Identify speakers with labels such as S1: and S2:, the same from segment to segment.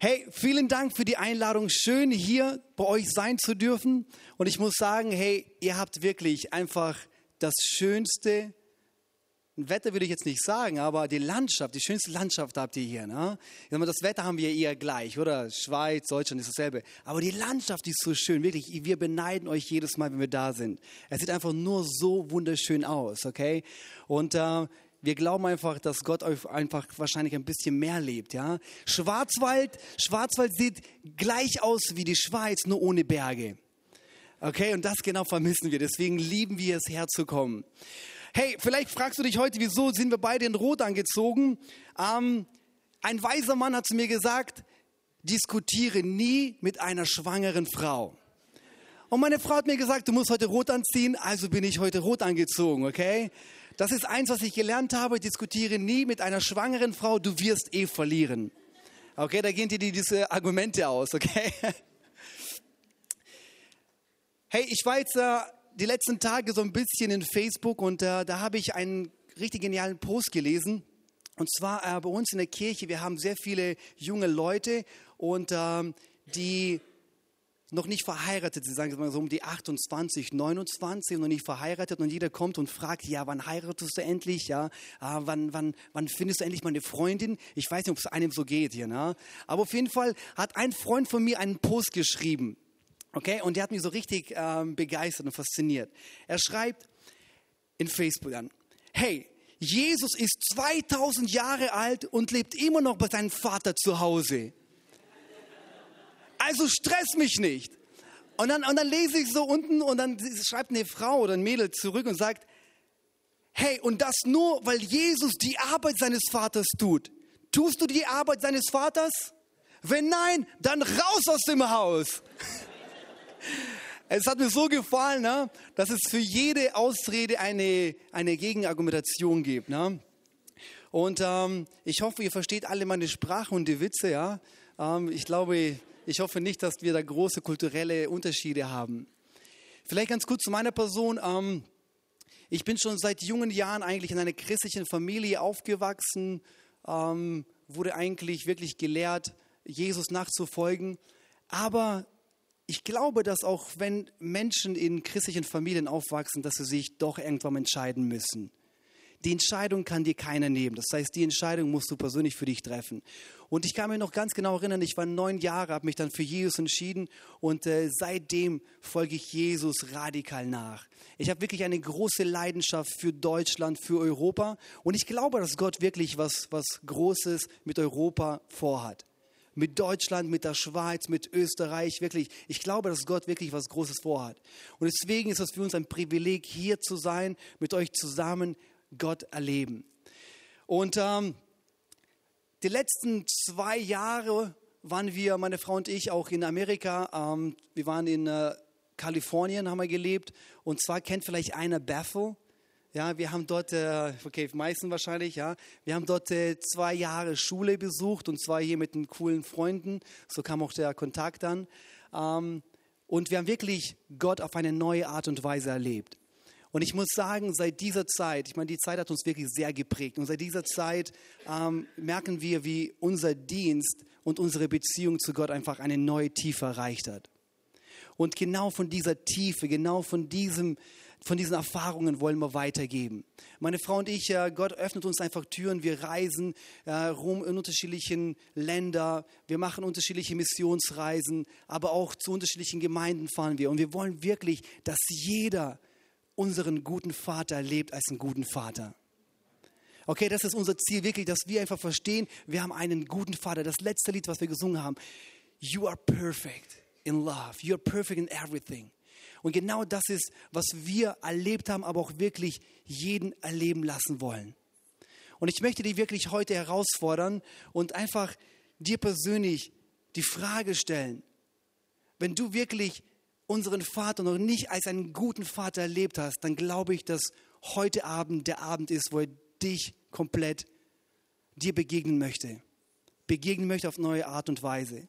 S1: Hey, vielen Dank für die Einladung. Schön, hier bei euch sein zu dürfen. Und ich muss sagen, hey, ihr habt wirklich einfach das schönste Wetter, würde ich jetzt nicht sagen, aber die Landschaft, die schönste Landschaft habt ihr hier. Ne? Ich sag mal, das Wetter haben wir eher gleich, oder? Schweiz, Deutschland ist dasselbe. Aber die Landschaft ist so schön, wirklich. Wir beneiden euch jedes Mal, wenn wir da sind. Es sieht einfach nur so wunderschön aus, okay? Und wir glauben einfach, dass Gott euch einfach wahrscheinlich ein bisschen mehr lebt, ja? Schwarzwald sieht gleich aus wie die Schweiz, nur ohne Berge. Okay, und das genau vermissen wir. Deswegen lieben wir es, herzukommen. Hey, vielleicht fragst du dich heute, wieso sind wir beide in Rot angezogen? Ein weiser Mann hat zu mir gesagt, diskutiere nie mit einer schwangeren Frau. Und meine Frau hat mir gesagt, du musst heute rot anziehen, also bin ich heute rot angezogen, okay? Das ist eins, was ich gelernt habe, diskutiere nie mit einer schwangeren Frau, du wirst verlieren. Okay, da gehen dir diese Argumente aus, okay? Hey, ich war jetzt die letzten Tage so ein bisschen in Facebook und da habe ich einen richtig genialen Post gelesen. Und zwar bei uns in der Kirche, wir haben sehr viele junge Leute und die noch nicht verheiratet sind, sagen wir mal so um die 28, 29 und noch nicht verheiratet und jeder kommt und fragt, ja, wann heiratest du endlich, ja, wann findest du endlich mal eine Freundin? Ich weiß nicht, ob es einem so geht hier, ne? Aber auf jeden Fall hat ein Freund von mir einen Post geschrieben. Okay, und der hat mich so richtig begeistert und fasziniert. Er schreibt in Facebook an, hey, Jesus ist 2000 Jahre alt und lebt immer noch bei seinem Vater zu Hause. Also stress mich nicht. Und dann lese ich so unten und dann schreibt eine Frau oder ein Mädel zurück und sagt, hey, und das nur, weil Jesus die Arbeit seines Vaters tut. Tust du die Arbeit seines Vaters? Wenn nein, dann raus aus dem Haus. Es hat mir so gefallen, ne, dass es für jede Ausrede eine Gegenargumentation gibt. Ne? Und ich hoffe, ihr versteht alle meine Sprache und die Witze. Ja? Ich hoffe nicht, dass wir da große kulturelle Unterschiede haben. Vielleicht ganz kurz zu meiner Person. Ich bin schon seit jungen Jahren eigentlich in einer christlichen Familie aufgewachsen, wurde eigentlich wirklich gelehrt, Jesus nachzufolgen. Aber ich glaube, dass auch wenn Menschen in christlichen Familien aufwachsen, dass sie sich doch irgendwann entscheiden müssen. Die Entscheidung kann dir keiner nehmen. Das heißt, die Entscheidung musst du persönlich für dich treffen. Und ich kann mich noch ganz genau erinnern, ich war 9 Jahre, habe mich dann für Jesus entschieden und seitdem folge ich Jesus radikal nach. Ich habe wirklich eine große Leidenschaft für Deutschland, für Europa und ich glaube, dass Gott wirklich was Großes mit Europa vorhat. Mit Deutschland, mit der Schweiz, mit Österreich, wirklich. Ich glaube, dass Gott wirklich was Großes vorhat. Und deswegen ist es für uns ein Privileg, hier zu sein, mit euch zusammen Gott erleben. Und die letzten 2 Jahre waren wir, meine Frau und ich, auch in Amerika. Wir waren in Kalifornien, haben wir gelebt. Und zwar kennt vielleicht einer Bethel. Ja, wir haben dort, okay, meisten wahrscheinlich, ja. Wir haben dort 2 Jahre Schule besucht und zwar hier mit den coolen Freunden. So kam auch der Kontakt an. Und wir haben wirklich Gott auf eine neue Art und Weise erlebt. Und ich muss sagen, seit dieser Zeit, ich meine, die Zeit hat uns wirklich sehr geprägt. Und seit dieser Zeit merken wir, wie unser Dienst und unsere Beziehung zu Gott einfach eine neue Tiefe erreicht hat. Und genau von dieser Tiefe, genau von diesen Erfahrungen wollen wir weitergeben. Meine Frau und ich, Gott öffnet uns einfach Türen. Wir reisen rum in unterschiedlichen Ländern. Wir machen unterschiedliche Missionsreisen, aber auch zu unterschiedlichen Gemeinden fahren wir. Und wir wollen wirklich, dass jeder unseren guten Vater erlebt als einen guten Vater. Okay, das ist unser Ziel, wirklich, dass wir einfach verstehen, wir haben einen guten Vater. Das letzte Lied, was wir gesungen haben, You are perfect in love. You are perfect in everything. Und genau das ist, was wir erlebt haben, aber auch wirklich jeden erleben lassen wollen. Und ich möchte dich wirklich heute herausfordern und einfach dir persönlich die Frage stellen, wenn du wirklich unseren Vater noch nicht als einen guten Vater erlebt hast, dann glaube ich, dass heute Abend der Abend ist, wo er dich komplett dir begegnen möchte auf neue Art und Weise.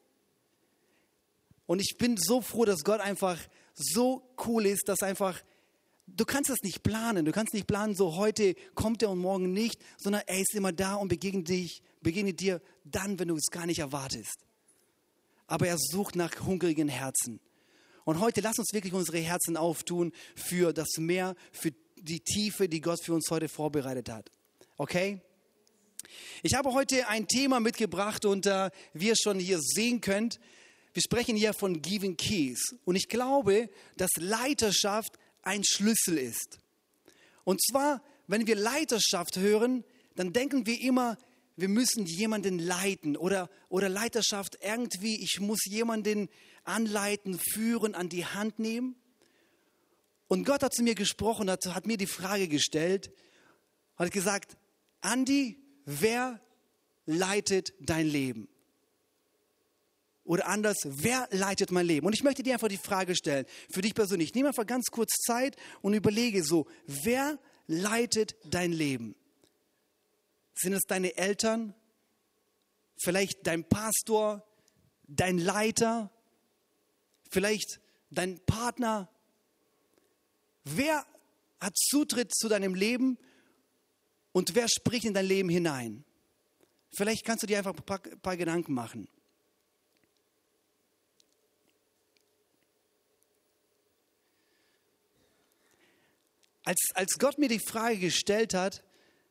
S1: Und ich bin so froh, dass Gott einfach so cool ist, dass einfach, du kannst das nicht planen. Du kannst nicht planen, so heute kommt er und morgen nicht, sondern er ist immer da und begegnet dir dann, wenn du es gar nicht erwartest. aber er sucht nach hungrigen Herzen. Und heute lass uns wirklich unsere Herzen auftun für das Meer, für die Tiefe, die Gott für uns heute vorbereitet hat. Okay? Ich habe heute ein Thema mitgebracht und wie ihr schon hier sehen könnt, wir sprechen hier von Giving Keys. Und ich glaube, dass Leiterschaft ein Schlüssel ist. Und zwar, wenn wir Leiterschaft hören, dann denken wir immer, wir müssen jemanden leiten oder Leiterschaft irgendwie, ich muss jemanden anleiten, führen, an die Hand nehmen. Und Gott hat zu mir gesprochen, hat mir die Frage gestellt, hat gesagt, Andi, wer leitet dein Leben? Oder anders, wer leitet mein Leben? Und ich möchte dir einfach die Frage stellen, für dich persönlich. Nimm einfach ganz kurz Zeit und überlege so, wer leitet dein Leben? Sind es deine Eltern? Vielleicht dein Pastor? Dein Leiter? Vielleicht dein Partner? Wer hat Zutritt zu deinem Leben und wer spricht in dein Leben hinein? Vielleicht kannst du dir einfach ein paar Gedanken machen. Als Gott mir die Frage gestellt hat,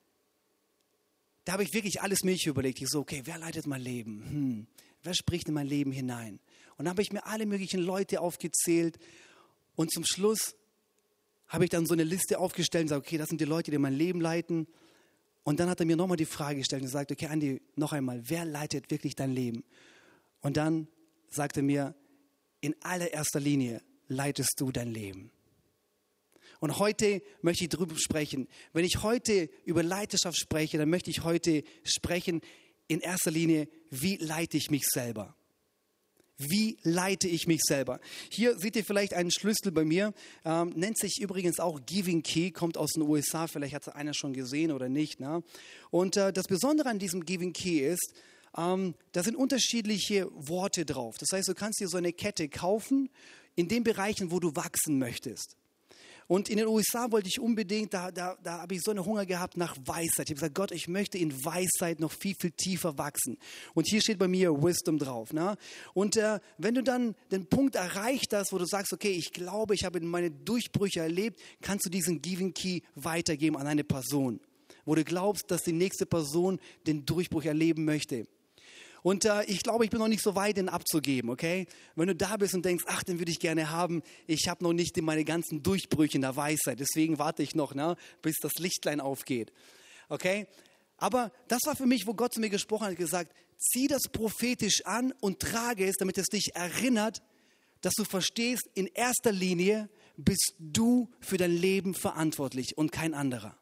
S1: da habe ich wirklich alles Mögliche überlegt. Ich so, okay, wer leitet mein Leben? Wer spricht in mein Leben hinein? Und dann habe ich mir alle möglichen Leute aufgezählt und zum Schluss habe ich dann so eine Liste aufgestellt und gesagt, okay, das sind die Leute, die mein Leben leiten. Und dann hat er mir nochmal die Frage gestellt und gesagt, okay, Andi, noch einmal, wer leitet wirklich dein Leben? Und dann sagte er mir, in allererster Linie leitest du dein Leben. Und heute möchte ich darüber sprechen. Wenn ich heute über Leiterschaft spreche, dann möchte ich heute sprechen in erster Linie, wie leite ich mich selber? Wie leite ich mich selber? Hier seht ihr vielleicht einen Schlüssel bei mir, nennt sich übrigens auch Giving Key, kommt aus den USA, vielleicht hat es einer schon gesehen oder nicht. Ne? Und das Besondere an diesem Giving Key ist, da sind unterschiedliche Worte drauf. Das heißt, du kannst dir so eine Kette kaufen in den Bereichen, wo du wachsen möchtest. Und in den USA wollte ich unbedingt, da habe ich so einen Hunger gehabt nach Weisheit. Ich habe gesagt, Gott, ich möchte in Weisheit noch viel, viel tiefer wachsen. Und hier steht bei mir Wisdom drauf. Ne? Und wenn du dann den Punkt erreicht hast, wo du sagst, okay, ich glaube, ich habe meine Durchbrüche erlebt, kannst du diesen Giving Key weitergeben an eine Person, wo du glaubst, dass die nächste Person den Durchbruch erleben möchte. Und ich glaube, ich bin noch nicht so weit, den abzugeben, okay? Wenn du da bist und denkst, ach, den würde ich gerne haben, ich habe noch nicht meine ganzen Durchbrüche in der Weisheit, deswegen warte ich noch, ne, bis das Lichtlein aufgeht, okay? Aber das war für mich, wo Gott zu mir gesprochen hat, gesagt, zieh das prophetisch an und trage es, damit es dich erinnert, dass du verstehst, in erster Linie bist du für dein Leben verantwortlich und kein anderer.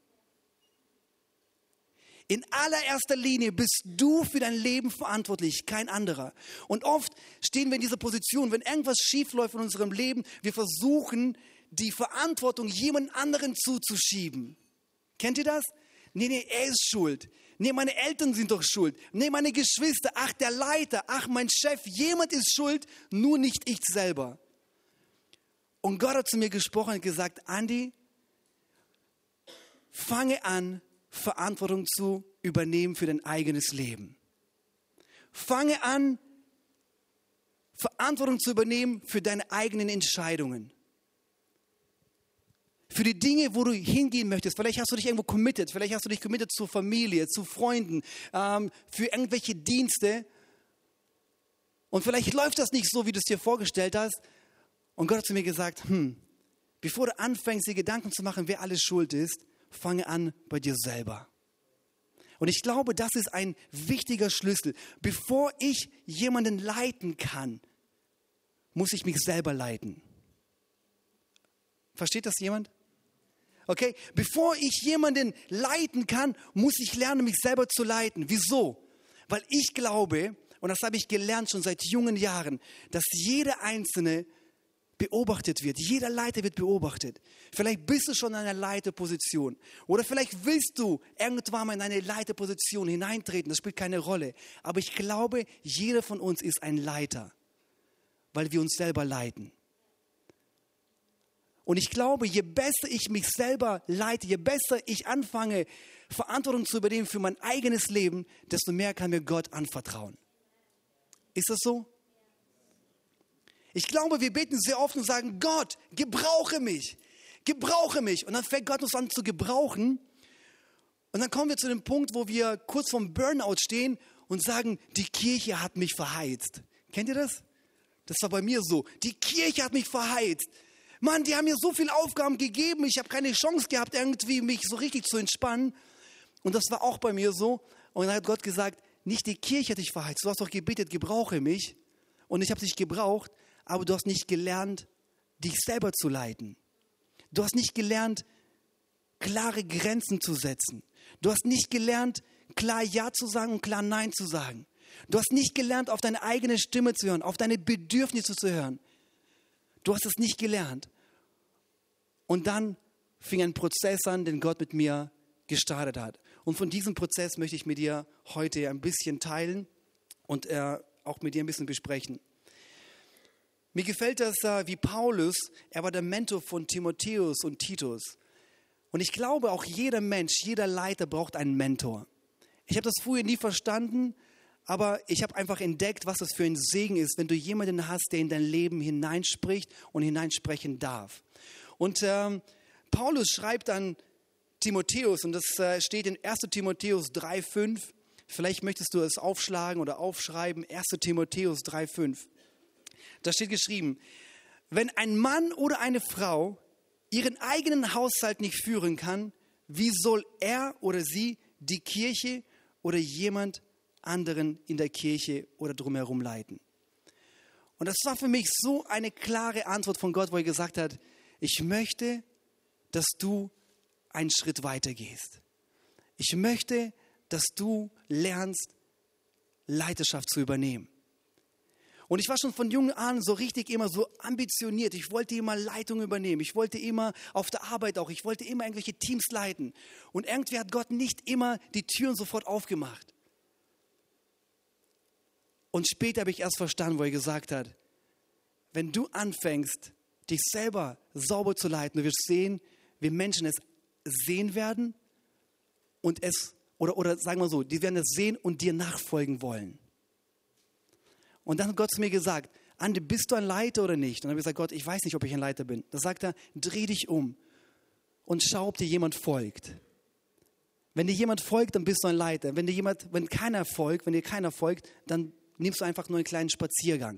S1: In allererster Linie bist du für dein Leben verantwortlich, kein anderer. Und oft stehen wir in dieser Position, wenn irgendwas schief läuft in unserem Leben, wir versuchen, die Verantwortung jemand anderen zuzuschieben. Kennt ihr das? Nee, er ist schuld. Nee, meine Eltern sind doch schuld. Nee, meine Geschwister, ach, der Leiter, ach, mein Chef, jemand ist schuld, nur nicht ich selber. Und Gott hat zu mir gesprochen und gesagt, Andi, fange an, Verantwortung zu übernehmen für dein eigenes Leben. Fange an, Verantwortung zu übernehmen für deine eigenen Entscheidungen. Für die Dinge, wo du hingehen möchtest. Vielleicht hast du dich irgendwo committed. Vielleicht hast du dich committed zur Familie, zu Freunden, für irgendwelche Dienste. Und vielleicht läuft das nicht so, wie du es dir vorgestellt hast. Und Gott hat zu mir gesagt, bevor du anfängst, dir Gedanken zu machen, wer alles schuld ist, fange an bei dir selber. Und ich glaube, das ist ein wichtiger Schlüssel. Bevor ich jemanden leiten kann, muss ich mich selber leiten. Versteht das jemand? Okay, bevor ich jemanden leiten kann, muss ich lernen, mich selber zu leiten. Wieso? Weil ich glaube, und das habe ich gelernt schon seit jungen Jahren, dass jeder Einzelne beobachtet wird. Jeder Leiter wird beobachtet. Vielleicht bist du schon in einer Leiterposition. Oder vielleicht willst du irgendwann mal in eine Leiterposition hineintreten. Das spielt keine Rolle. Aber ich glaube, jeder von uns ist ein Leiter, weil wir uns selber leiten. Und ich glaube, je besser ich mich selber leite, je besser ich anfange, Verantwortung zu übernehmen für mein eigenes Leben, desto mehr kann mir Gott anvertrauen. Ist das so? Ich glaube, wir beten sehr oft und sagen, Gott, gebrauche mich. Gebrauche mich. Und dann fängt Gott uns an zu gebrauchen. Und dann kommen wir zu dem Punkt, wo wir kurz vorm Burnout stehen und sagen, die Kirche hat mich verheizt. Kennt ihr das? Das war bei mir so. Die Kirche hat mich verheizt. Mann, die haben mir so viele Aufgaben gegeben. Ich habe keine Chance gehabt, irgendwie mich so richtig zu entspannen. Und das war auch bei mir so. Und dann hat Gott gesagt, nicht die Kirche hat dich verheizt. Du hast doch gebetet, gebrauche mich. Und ich habe dich gebraucht, aber du hast nicht gelernt, dich selber zu leiten. Du hast nicht gelernt, klare Grenzen zu setzen. Du hast nicht gelernt, klar Ja zu sagen und klar Nein zu sagen. Du hast nicht gelernt, auf deine eigene Stimme zu hören, auf deine Bedürfnisse zu hören. Du hast es nicht gelernt. Und dann fing ein Prozess an, den Gott mit mir gestartet hat. Und von diesem Prozess möchte ich mit dir heute ein bisschen teilen und auch mit dir ein bisschen besprechen. Mir gefällt das wie Paulus, er war der Mentor von Timotheus und Titus. Und ich glaube, auch jeder Mensch, jeder Leiter braucht einen Mentor. Ich habe das früher nie verstanden, aber ich habe einfach entdeckt, was das für ein Segen ist, wenn du jemanden hast, der in dein Leben hineinspricht und hineinsprechen darf. Und Paulus schreibt an Timotheus, und das steht in 1. Timotheus 3,5. Vielleicht möchtest du es aufschlagen oder aufschreiben, 1. Timotheus 3,5. Da steht geschrieben, wenn ein Mann oder eine Frau ihren eigenen Haushalt nicht führen kann, wie soll er oder sie die Kirche oder jemand anderen in der Kirche oder drumherum leiten? Und das war für mich so eine klare Antwort von Gott, wo er gesagt hat, ich möchte, dass du einen Schritt weiter gehst. Ich möchte, dass du lernst, Leiterschaft zu übernehmen. Und ich war schon von jung an so richtig immer so ambitioniert. Ich wollte immer Leitung übernehmen. Ich wollte immer auf der Arbeit auch. Ich wollte immer irgendwelche Teams leiten. Und irgendwie hat Gott nicht immer die Türen sofort aufgemacht. Und später habe ich erst verstanden, wo er gesagt hat, wenn du anfängst, dich selber sauber zu leiten, du wirst sehen, wie Menschen es sehen werden und es, oder sagen wir so, die werden es sehen und dir nachfolgen wollen. Und dann hat Gott zu mir gesagt, Andi, bist du ein Leiter oder nicht? Und dann habe ich gesagt, Gott, ich weiß nicht, ob ich ein Leiter bin. Da sagt er, dreh dich um und schau, ob dir jemand folgt. Wenn dir jemand folgt, dann bist du ein Leiter. Wenn dir keiner folgt, dann nimmst du einfach nur einen kleinen Spaziergang.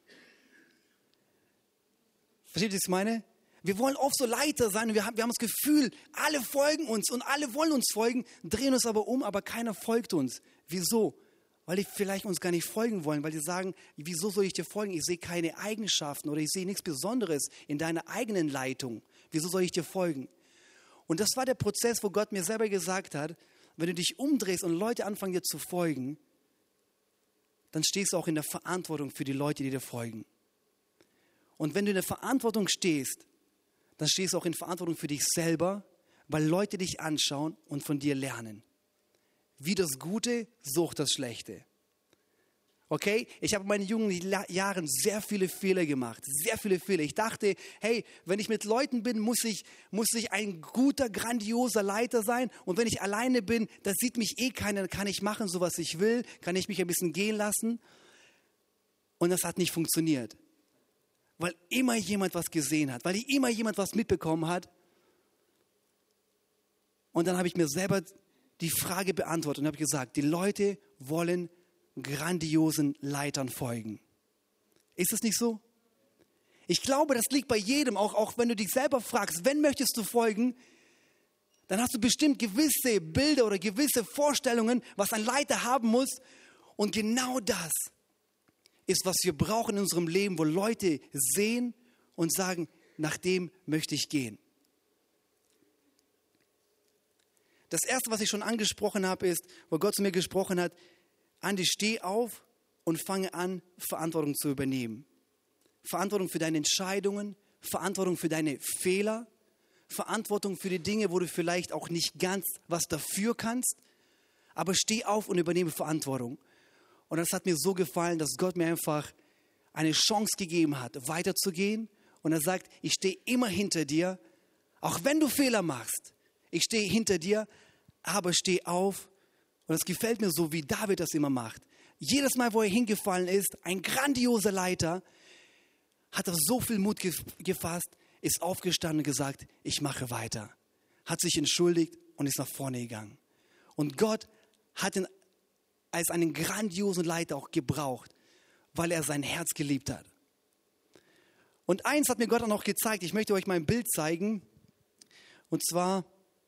S1: Versteht ihr, was ich meine? Wir wollen oft so Leiter sein und wir haben das Gefühl, alle folgen uns und alle wollen uns folgen, drehen uns aber um, aber keiner folgt uns. Wieso? Weil die vielleicht uns gar nicht folgen wollen, weil die sagen, wieso soll ich dir folgen? Ich sehe keine Eigenschaften oder ich sehe nichts Besonderes in deiner eigenen Leitung. Wieso soll ich dir folgen? Und das war der Prozess, wo Gott mir selber gesagt hat, wenn du dich umdrehst und Leute anfangen dir zu folgen, dann stehst du auch in der Verantwortung für die Leute, die dir folgen. Und wenn du in der Verantwortung stehst, dann stehst du auch in Verantwortung für dich selber, weil Leute dich anschauen und von dir lernen. Wie das Gute, so auch das Schlechte. Okay? Ich habe in meinen jungen Jahren sehr viele Fehler gemacht. Sehr viele Fehler. Ich dachte, hey, wenn ich mit Leuten bin, muss ich ein guter, grandioser Leiter sein. Und wenn ich alleine bin, da sieht mich eh keiner, kann ich machen, so was ich will, kann ich mich ein bisschen gehen lassen. Und das hat nicht funktioniert. Weil immer jemand was gesehen hat, weil immer jemand was mitbekommen hat. Und dann habe ich mir selber die Frage beantwortet und habe gesagt, die Leute wollen grandiosen Leitern folgen. Ist es nicht so? Ich glaube, das liegt bei jedem, auch wenn du dich selber fragst, wenn möchtest du folgen, dann hast du bestimmt gewisse Bilder oder gewisse Vorstellungen, was ein Leiter haben muss. Und genau das ist, was wir brauchen in unserem Leben, wo Leute sehen und sagen, nach dem möchte ich gehen. Das Erste, was ich schon angesprochen habe, ist, wo Gott zu mir gesprochen hat, Andi, steh auf und fange an, Verantwortung zu übernehmen. Verantwortung für deine Entscheidungen, Verantwortung für deine Fehler, Verantwortung für die Dinge, wo du vielleicht auch nicht ganz was dafür kannst, aber steh auf und übernehme Verantwortung. Und das hat mir so gefallen, dass Gott mir einfach eine Chance gegeben hat, weiterzugehen. Und er sagt, ich stehe immer hinter dir, auch wenn du Fehler machst. Ich stehe hinter dir, aber steh auf. Und es gefällt mir so, wie David das immer macht. Jedes Mal, wo er hingefallen ist, ein grandioser Leiter, hat er so viel Mut gefasst, ist aufgestanden und gesagt, ich mache weiter. Hat sich entschuldigt und ist nach vorne gegangen. Und Gott hat ihn als einen grandiosen Leiter auch gebraucht, weil er sein Herz geliebt hat. Und eins hat mir Gott auch noch gezeigt, ich möchte euch mal ein Bild zeigen. Und zwar,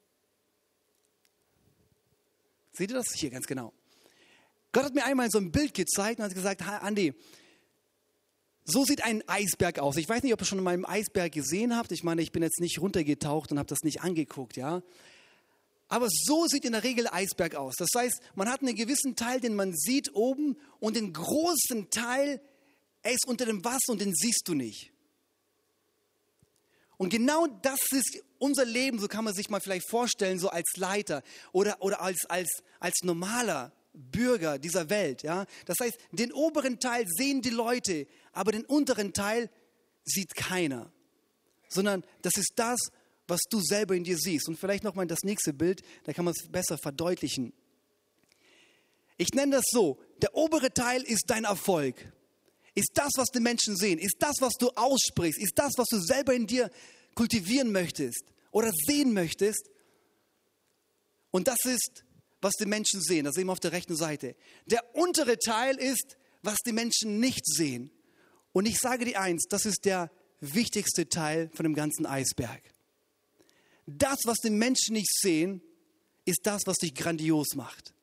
S1: seht ihr das? Hier, ganz genau. Gott hat mir einmal so ein Bild gezeigt und hat gesagt, Andi, so sieht ein Eisberg aus. Ich weiß nicht, ob ihr schon mal einen Eisberg gesehen habt. Ich meine, ich bin jetzt nicht runtergetaucht und habe das nicht angeguckt, ja. Aber so sieht in der Regel ein Eisberg aus. Das heißt, man hat einen gewissen Teil, den man sieht oben und den großen Teil, er ist unter dem Wasser und den siehst du nicht. Und genau das ist unser Leben, so kann man sich mal vielleicht vorstellen, so als Leiter oder als normaler Bürger dieser Welt. Ja? Das heißt, den oberen Teil sehen die Leute, aber den unteren Teil sieht keiner. Sondern das ist das, was du selber in dir siehst. Und vielleicht nochmal das nächste Bild, da kann man es besser verdeutlichen. Ich nenne das so, der obere Teil ist dein Erfolg. Ist das, was die Menschen sehen, ist das, was du aussprichst, ist das, was du selber in dir kultivieren möchtest oder sehen möchtest. Und das ist, was die Menschen sehen, das sehen wir auf der rechten Seite. Der untere Teil ist, was die Menschen nicht sehen. Und ich sage dir eins, das ist der wichtigste Teil von dem ganzen Eisberg. Das, was die Menschen nicht sehen, ist das, was dich grandios macht.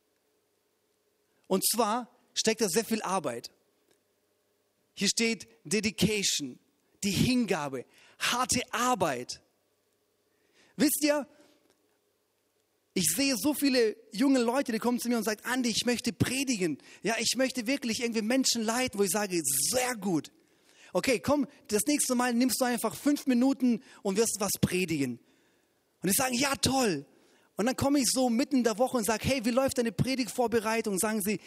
S1: Und zwar steckt da sehr viel Arbeit. Hier steht Dedication, die Hingabe, harte Arbeit. Wisst ihr, ich sehe so viele junge Leute, die kommen zu mir und sagen, Andi, ich möchte predigen. Ja, ich möchte wirklich irgendwie Menschen leiten, wo ich sage, sehr gut. Okay, komm, das nächste Mal nimmst du einfach 5 Minuten und wirst was predigen. Und die sagen, ja, toll. Und dann komme ich so mitten in der Woche und sage, hey, wie läuft deine Predigtvorbereitung? Und sagen sie,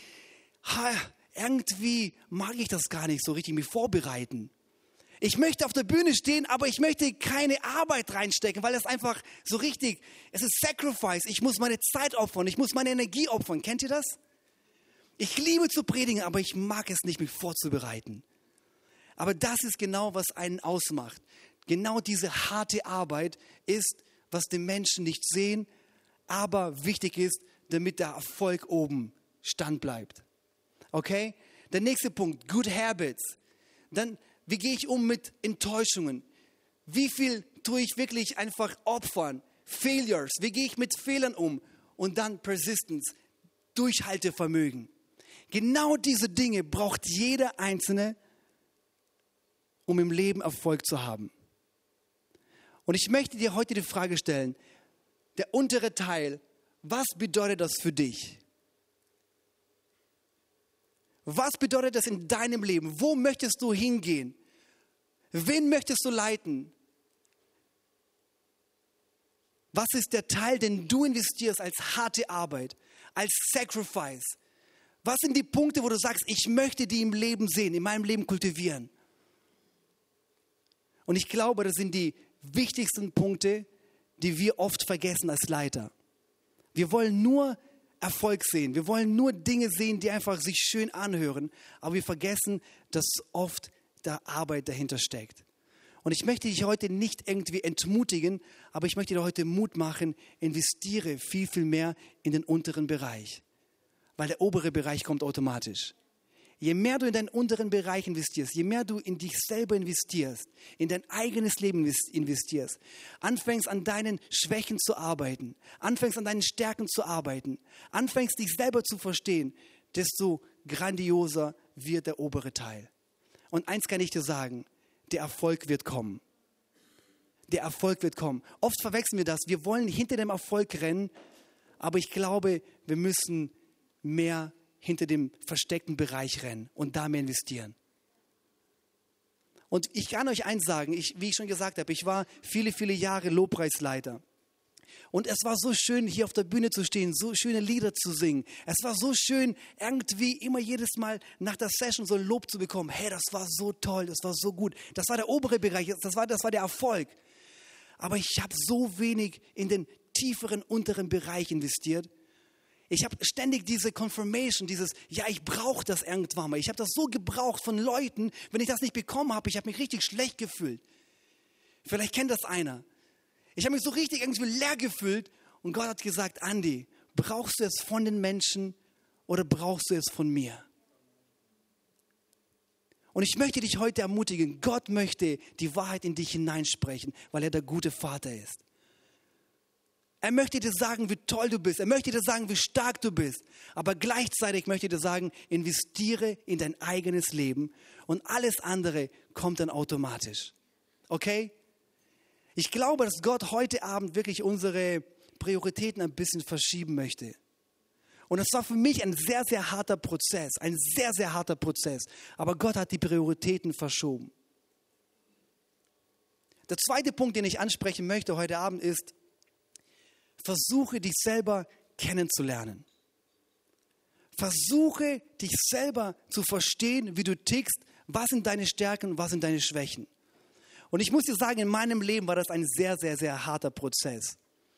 S1: irgendwie mag ich das gar nicht so richtig, mich vorbereiten. Ich möchte auf der Bühne stehen, aber ich möchte keine Arbeit reinstecken, weil das einfach so richtig, es ist Sacrifice. Ich muss meine Zeit opfern, ich muss meine Energie opfern. Kennt ihr das? Ich liebe zu predigen, aber ich mag es nicht, mich vorzubereiten. Aber das ist genau, was einen ausmacht. Genau diese harte Arbeit ist, was die Menschen nicht sehen, aber wichtig ist, damit der Erfolg oben stand bleibt. Okay? Der nächste Punkt, Good Habits. Dann, wie gehe ich um mit Enttäuschungen? Wie viel tue ich wirklich einfach opfern? Failures, wie gehe ich mit Fehlern um? Und dann Persistence, Durchhaltevermögen. Genau diese Dinge braucht jeder Einzelne, um im Leben Erfolg zu haben. Und ich möchte dir heute die Frage stellen, der untere Teil, was bedeutet das für dich? Was bedeutet das in deinem Leben? Wo möchtest du hingehen? Wen möchtest du leiten? Was ist der Teil, den du investierst als harte Arbeit, als Sacrifice? Was sind die Punkte, wo du sagst, ich möchte die im Leben sehen, in meinem Leben kultivieren? Und ich glaube, das sind die wichtigsten Punkte, die wir oft vergessen als Leiter. Wir wollen nur Erfolg sehen. Wir wollen nur Dinge sehen, die einfach sich schön anhören. Aber wir vergessen, dass oft da Arbeit dahinter steckt. Und ich möchte dich heute nicht irgendwie entmutigen, aber ich möchte dir heute Mut machen, investiere viel, viel mehr in den unteren Bereich. Weil der obere Bereich kommt automatisch. Je mehr du in deinen unteren Bereich investierst, je mehr du in dich selber investierst, in dein eigenes Leben investierst, anfängst an deinen Schwächen zu arbeiten, anfängst an deinen Stärken zu arbeiten, anfängst dich selber zu verstehen, desto grandioser wird der obere Teil. Und eins kann ich dir sagen, der Erfolg wird kommen. Der Erfolg wird kommen. Oft verwechseln wir das. Wir wollen hinter dem Erfolg rennen, aber ich glaube, wir müssen mehr hinter dem versteckten Bereich rennen und da mehr investieren. Und ich kann euch eins sagen, wie ich schon gesagt habe, ich war viele, viele Jahre Lobpreisleiter. Und es war so schön, hier auf der Bühne zu stehen, so schöne Lieder zu singen. Es war so schön, irgendwie immer jedes Mal nach der Session so ein Lob zu bekommen. Hey, das war so toll, das war so gut. Das war der obere Bereich, das war der Erfolg. Aber ich habe so wenig in den tieferen, unteren Bereich investiert. Ich habe ständig diese Confirmation, ja, ich brauche das irgendwann mal. Ich habe das so gebraucht von Leuten, wenn ich das nicht bekommen habe, ich habe mich richtig schlecht gefühlt. Vielleicht kennt das einer. Ich habe mich so richtig irgendwie leer gefühlt und Gott hat gesagt, Andi, brauchst du es von den Menschen oder brauchst du es von mir? Und ich möchte dich heute ermutigen, Gott möchte die Wahrheit in dich hineinsprechen, weil er der gute Vater ist. Er möchte dir sagen, wie toll du bist. Er möchte dir sagen, wie stark du bist. Aber gleichzeitig möchte er dir sagen, investiere in dein eigenes Leben und alles andere kommt dann automatisch. Okay? Ich glaube, dass Gott heute Abend wirklich unsere Prioritäten ein bisschen verschieben möchte. Und das war für mich ein sehr, sehr harter Prozess. Ein sehr, sehr harter Prozess. Aber Gott hat die Prioritäten verschoben. Der zweite Punkt, den ich ansprechen möchte heute Abend ist, versuche dich selber kennenzulernen. Versuche dich selber zu verstehen, wie du tickst, was sind deine Stärken, was sind deine Schwächen. Und ich muss dir sagen, in meinem Leben war das ein sehr, sehr, sehr harter Prozess.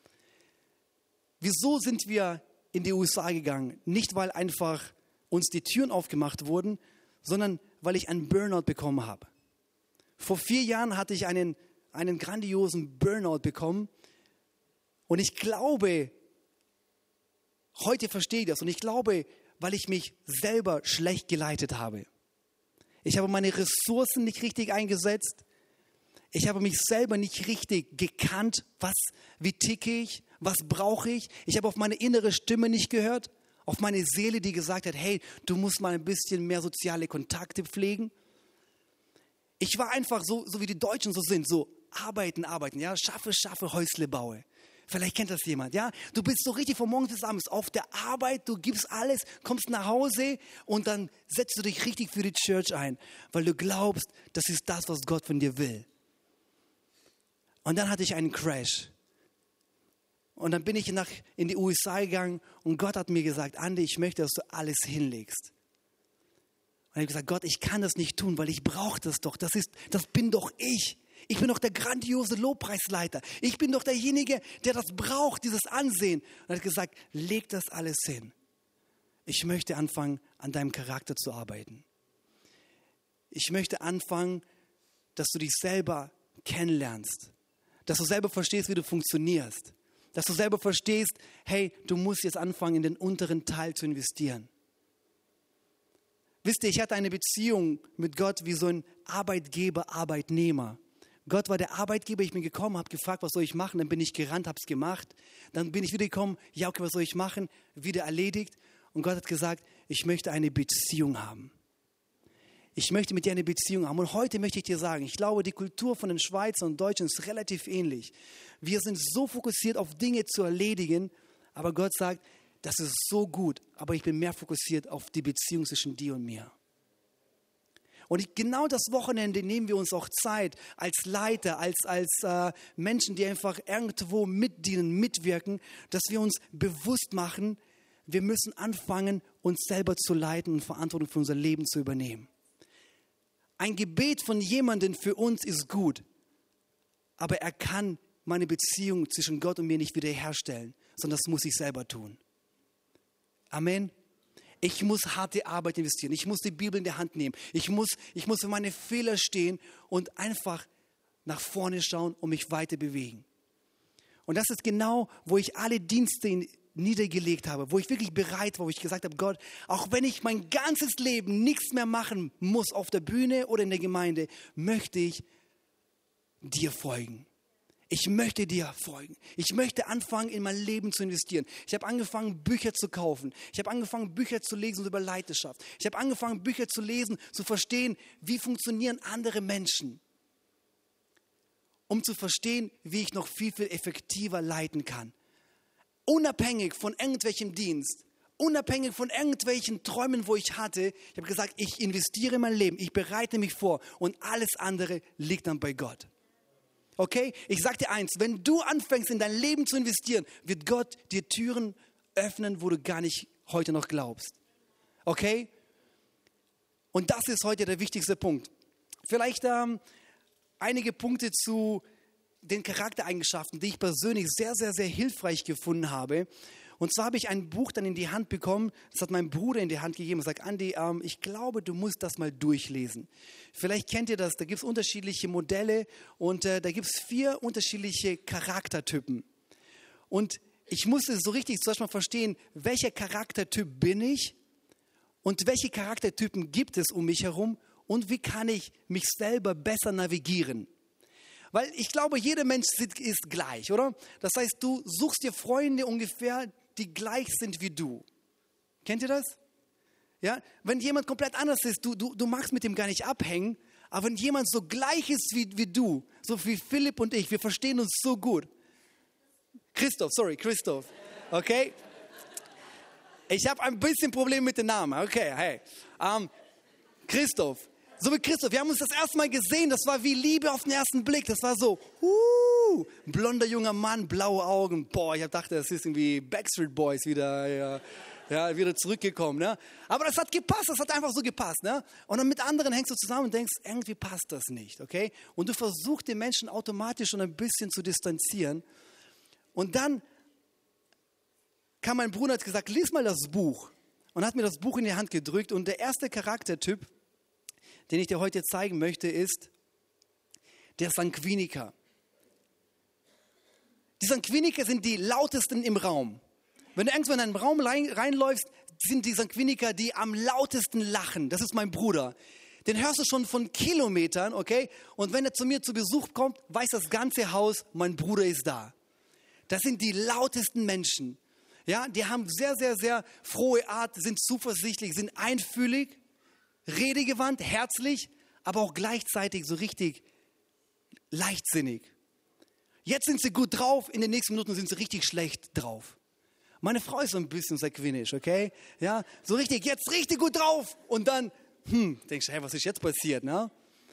S1: Wieso sind wir in die USA gegangen? Nicht, weil einfach uns die Türen aufgemacht wurden, sondern weil ich einen Burnout bekommen habe. Vor 4 Jahren hatte ich einen grandiosen Burnout bekommen. Und ich glaube, heute verstehe ich das. Und ich glaube, weil ich mich selber schlecht geleitet habe. Ich habe meine Ressourcen nicht richtig eingesetzt. Ich habe mich selber nicht richtig gekannt. Wie ticke ich? Was brauche ich? Ich habe auf meine innere Stimme nicht gehört. Auf meine Seele, die gesagt hat, hey, du musst mal ein bisschen mehr soziale Kontakte pflegen. Ich war einfach so wie die Deutschen so sind, so arbeiten, ja, schaffe, Häusle baue. Vielleicht kennt das jemand, ja? Du bist so richtig von morgens bis abends auf der Arbeit, du gibst alles, kommst nach Hause und dann setzt du dich richtig für die Church ein, weil du glaubst, das ist das, was Gott von dir will. Und dann hatte ich einen Crash. Und dann bin ich in die USA gegangen und Gott hat mir gesagt, Andi, ich möchte, dass du alles hinlegst. Und ich habe gesagt, Gott, ich kann das nicht tun, weil ich brauche das doch. Das bin doch ich. Ich bin doch der grandiose Lobpreisleiter. Ich bin doch derjenige, der das braucht, dieses Ansehen. Und er hat gesagt, leg das alles hin. Ich möchte anfangen, an deinem Charakter zu arbeiten. Ich möchte anfangen, dass du dich selber kennenlernst. Dass du selber verstehst, wie du funktionierst. Dass du selber verstehst, hey, du musst jetzt anfangen, in den unteren Teil zu investieren. Wisst ihr, ich hatte eine Beziehung mit Gott wie so ein Arbeitgeber-Arbeitnehmer. Gott war der Arbeitgeber, ich bin gekommen, habe gefragt, was soll ich machen? Dann bin ich gerannt, habe es gemacht. Dann bin ich wieder gekommen, ja okay, was soll ich machen? Wieder erledigt. Und Gott hat gesagt, ich möchte eine Beziehung haben. Ich möchte mit dir eine Beziehung haben. Und heute möchte ich dir sagen, ich glaube, die Kultur von den Schweizern und Deutschen ist relativ ähnlich. Wir sind so fokussiert auf Dinge zu erledigen, aber Gott sagt, das ist so gut, aber ich bin mehr fokussiert auf die Beziehung zwischen dir und mir. Und genau das Wochenende nehmen wir uns auch Zeit als Leiter, als Menschen, die einfach irgendwo mitdienen, mitwirken, dass wir uns bewusst machen, wir müssen anfangen, uns selber zu leiten und Verantwortung für unser Leben zu übernehmen. Ein Gebet von jemandem für uns ist gut, aber er kann meine Beziehung zwischen Gott und mir nicht wiederherstellen, sondern das muss ich selber tun. Amen. Ich muss harte Arbeit investieren. Ich muss die Bibel in die Hand nehmen. Ich muss für meine Fehler stehen und einfach nach vorne schauen und mich weiter bewegen. Und das ist genau, wo ich alle Dienste niedergelegt habe, wo ich wirklich bereit war, wo ich gesagt habe, Gott, auch wenn ich mein ganzes Leben nichts mehr machen muss auf der Bühne oder in der Gemeinde, möchte ich dir folgen. Ich möchte dir folgen. Ich möchte anfangen, in mein Leben zu investieren. Ich habe angefangen, Bücher zu kaufen. Ich habe angefangen, Bücher zu lesen über Leiterschaft. Ich habe angefangen, Bücher zu lesen, zu verstehen, wie funktionieren andere Menschen. Um zu verstehen, wie ich noch viel, viel effektiver leiten kann. Unabhängig von irgendwelchem Dienst, unabhängig von irgendwelchen Träumen, wo ich hatte. Ich habe gesagt, ich investiere in mein Leben, ich bereite mich vor und alles andere liegt dann bei Gott. Okay? Ich sage dir eins, wenn du anfängst, in dein Leben zu investieren, wird Gott dir Türen öffnen, wo du gar nicht heute noch glaubst. Okay? Und das ist heute der wichtigste Punkt. Vielleicht einige Punkte zu den Charaktereigenschaften, die ich persönlich sehr, sehr, sehr hilfreich gefunden habe. Und zwar habe ich ein Buch dann in die Hand bekommen, das hat mein Bruder in die Hand gegeben und sagt, Andi, ich glaube, du musst das mal durchlesen. Vielleicht kennt ihr das, da gibt es unterschiedliche Modelle und da gibt es 4 unterschiedliche Charaktertypen. Und ich musste so richtig zuerst mal verstehen, welcher Charaktertyp bin ich und welche Charaktertypen gibt es um mich herum und wie kann ich mich selber besser navigieren. Weil ich glaube, jeder Mensch ist gleich, oder? Das heißt, du suchst dir Freunde ungefähr, die gleich sind wie du. Kennt ihr das? Ja? Wenn jemand komplett anders ist, du magst mit dem gar nicht abhängen, aber wenn jemand so gleich ist wie du, so wie Philipp und ich, wir verstehen uns so gut. Christoph. Okay? Ich habe ein bisschen Problem mit dem Namen. Okay, hey. Christoph. So wie Christoph. Wir haben uns das erste Mal gesehen. Das war wie Liebe auf den ersten Blick. Das war so, ein blonder junger Mann, blaue Augen. Boah, ich dachte, das ist irgendwie Backstreet Boys wieder zurückgekommen. Ne? Aber das hat gepasst. Das hat einfach so gepasst. Ne? Und dann mit anderen hängst du zusammen und denkst, irgendwie passt das nicht. Okay? Und du versuchst den Menschen automatisch schon ein bisschen zu distanzieren. Und dann kam mein Bruder und hat gesagt, lies mal das Buch. Und hat mir das Buch in die Hand gedrückt. Und der erste Charaktertyp, den ich dir heute zeigen möchte, ist der Sanguiniker. Die Sanguiniker sind die lautesten im Raum. Wenn du irgendwo in einen Raum reinläufst, sind die Sanguiniker, die am lautesten lachen. Das ist mein Bruder. Den hörst du schon von Kilometern, okay? Und wenn er zu mir zu Besuch kommt, weiß das ganze Haus, mein Bruder ist da. Das sind die lautesten Menschen. Ja, die haben sehr, sehr, sehr frohe Art, sind zuversichtlich, sind einfühlig, redegewandt, herzlich, aber auch gleichzeitig so richtig leichtsinnig. Jetzt sind sie gut drauf, in den nächsten Minuten sind sie richtig schlecht drauf. Meine Frau ist so ein bisschen sanguinisch, okay? Ja, so richtig, jetzt richtig gut drauf und dann, denkst du, hey, was ist jetzt passiert, ne?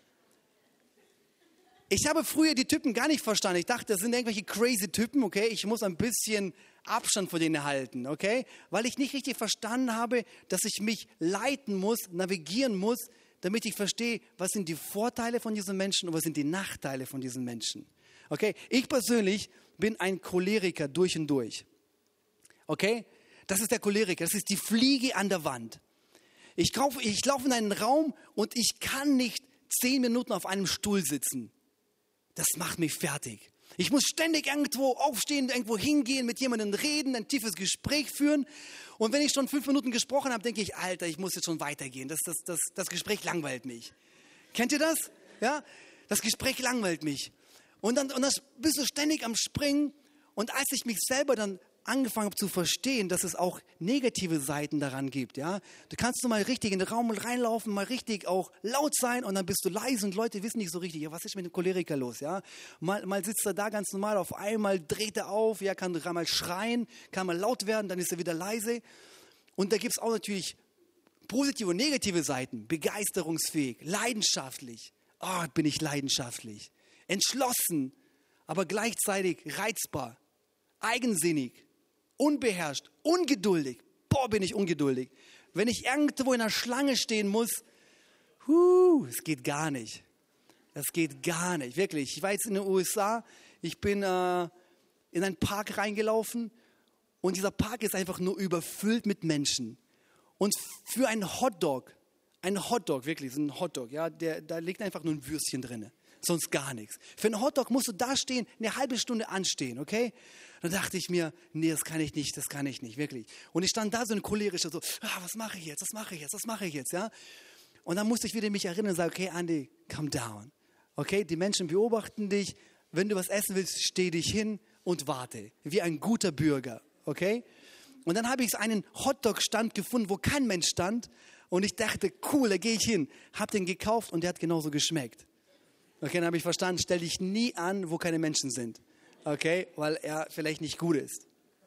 S1: Ich habe früher die Typen gar nicht verstanden. Ich dachte, das sind irgendwelche crazy Typen, okay? Ich muss ein bisschen Abstand von denen halten, okay? Weil ich nicht richtig verstanden habe, dass ich mich leiten muss, navigieren muss, damit ich verstehe, was sind die Vorteile von diesen Menschen und was sind die Nachteile von diesen Menschen. Okay? Ich persönlich bin ein Choleriker durch und durch. Okay? Das ist der Choleriker, das ist die Fliege an der Wand. Ich laufe in einen Raum und ich kann nicht 10 Minuten auf einem Stuhl sitzen. Das macht mich fertig. Ich muss ständig irgendwo aufstehen, irgendwo hingehen, mit jemandem reden, ein tiefes Gespräch führen. Und wenn ich schon 5 Minuten gesprochen habe, denke ich, Alter, ich muss jetzt schon weitergehen. Das Gespräch langweilt mich. Kennt ihr das? Ja? Das Gespräch langweilt mich. Und dann bist du ständig am Springen. Und als ich mich selber dann angefangen habe zu verstehen, dass es auch negative Seiten daran gibt. Ja? Du kannst nur mal richtig in den Raum reinlaufen, mal richtig auch laut sein und dann bist du leise und Leute wissen nicht so richtig, ja, was ist mit dem Choleriker los? Ja? Mal sitzt er da ganz normal, auf einmal dreht er auf, ja, kann mal schreien, kann mal laut werden, dann ist er wieder leise. Und da gibt es auch natürlich positive und negative Seiten, begeisterungsfähig, leidenschaftlich. Oh, bin ich leidenschaftlich. Entschlossen, aber gleichzeitig reizbar, eigensinnig. Unbeherrscht, ungeduldig. Boah, bin ich ungeduldig. Wenn ich irgendwo in einer Schlange stehen muss, es geht gar nicht. Das geht gar nicht, wirklich. Ich war jetzt in den USA, ich bin in einen Park reingelaufen und dieser Park ist einfach nur überfüllt mit Menschen. Und für einen Hotdog, wirklich, so ein Hotdog, ja, da liegt einfach nur ein Würstchen drin. Sonst gar nichts. Für einen Hotdog musst du da stehen, eine halbe Stunde anstehen, okay? Dann dachte ich mir, nee, das kann ich nicht, wirklich. Und ich stand da so ein cholerischer, so, was mache ich jetzt, ja? Und dann musste ich wieder mich erinnern und sagen, okay, Andi, calm down. Okay, die Menschen beobachten dich. Wenn du was essen willst, steh dich hin und warte. Wie ein guter Bürger, okay? Und dann habe ich einen Hotdog-Stand gefunden, wo kein Mensch stand. Und ich dachte, cool, da gehe ich hin. Habe den gekauft und der hat genauso geschmeckt. Okay, dann habe ich verstanden, stell dich nie an, wo keine Menschen sind. Okay, weil er vielleicht nicht gut ist.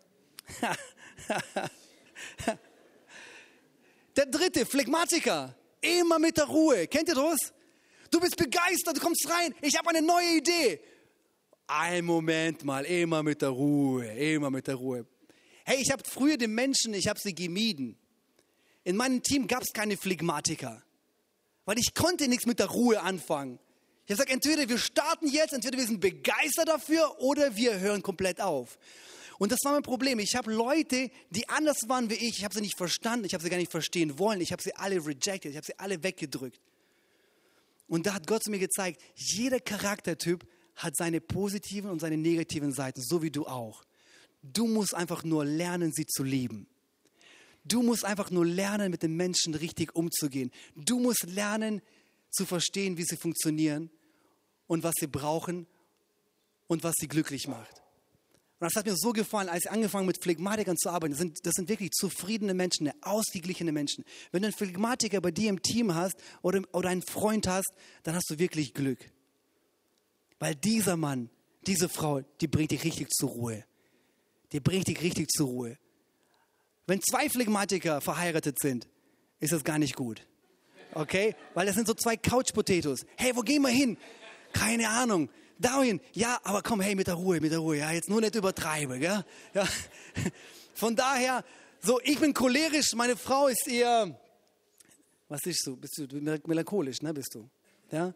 S1: Der dritte, Phlegmatiker. Immer mit der Ruhe. Kennt ihr das? Du bist begeistert, du kommst rein. Ich habe eine neue Idee. Ein Moment mal, immer mit der Ruhe. Hey, ich habe früher die Menschen, ich habe sie gemieden. In meinem Team gab es keine Phlegmatiker. Weil ich konnte nichts mit der Ruhe anfangen. Ich habe gesagt, entweder wir starten jetzt, entweder wir sind begeistert dafür oder wir hören komplett auf. Und das war mein Problem. Ich habe Leute, die anders waren wie ich habe sie nicht verstanden, ich habe sie gar nicht verstehen wollen, ich habe sie alle rejected, ich habe sie alle weggedrückt. Und da hat Gott zu mir gezeigt, jeder Charaktertyp hat seine positiven und seine negativen Seiten, so wie du auch. Du musst einfach nur lernen, sie zu lieben. Du musst einfach nur lernen, mit den Menschen richtig umzugehen. Du musst lernen, zu verstehen, wie sie funktionieren und was sie brauchen und was sie glücklich macht. Und das hat mir so gefallen, als ich angefangen mit Phlegmatikern zu arbeiten. Das sind wirklich zufriedene Menschen, ausgeglichene Menschen. Wenn du einen Phlegmatiker bei dir im Team hast oder einen Freund hast, dann hast du wirklich Glück. Weil dieser Mann, diese Frau, die bringt dich richtig zur Ruhe. Die bringt dich richtig zur Ruhe. Wenn 2 Phlegmatiker verheiratet sind, ist das gar nicht gut. Okay? Weil das sind so 2 Couch-Potatoes. Hey, wo gehen wir hin? Keine Ahnung. Dahin. Ja, aber komm, hey, mit der Ruhe. Ja, jetzt nur nicht übertreiben, gell? Ja. Von daher, so, ich bin cholerisch, meine Frau ist eher, was bist du? Bist du melancholisch, ne, bist du? Ja?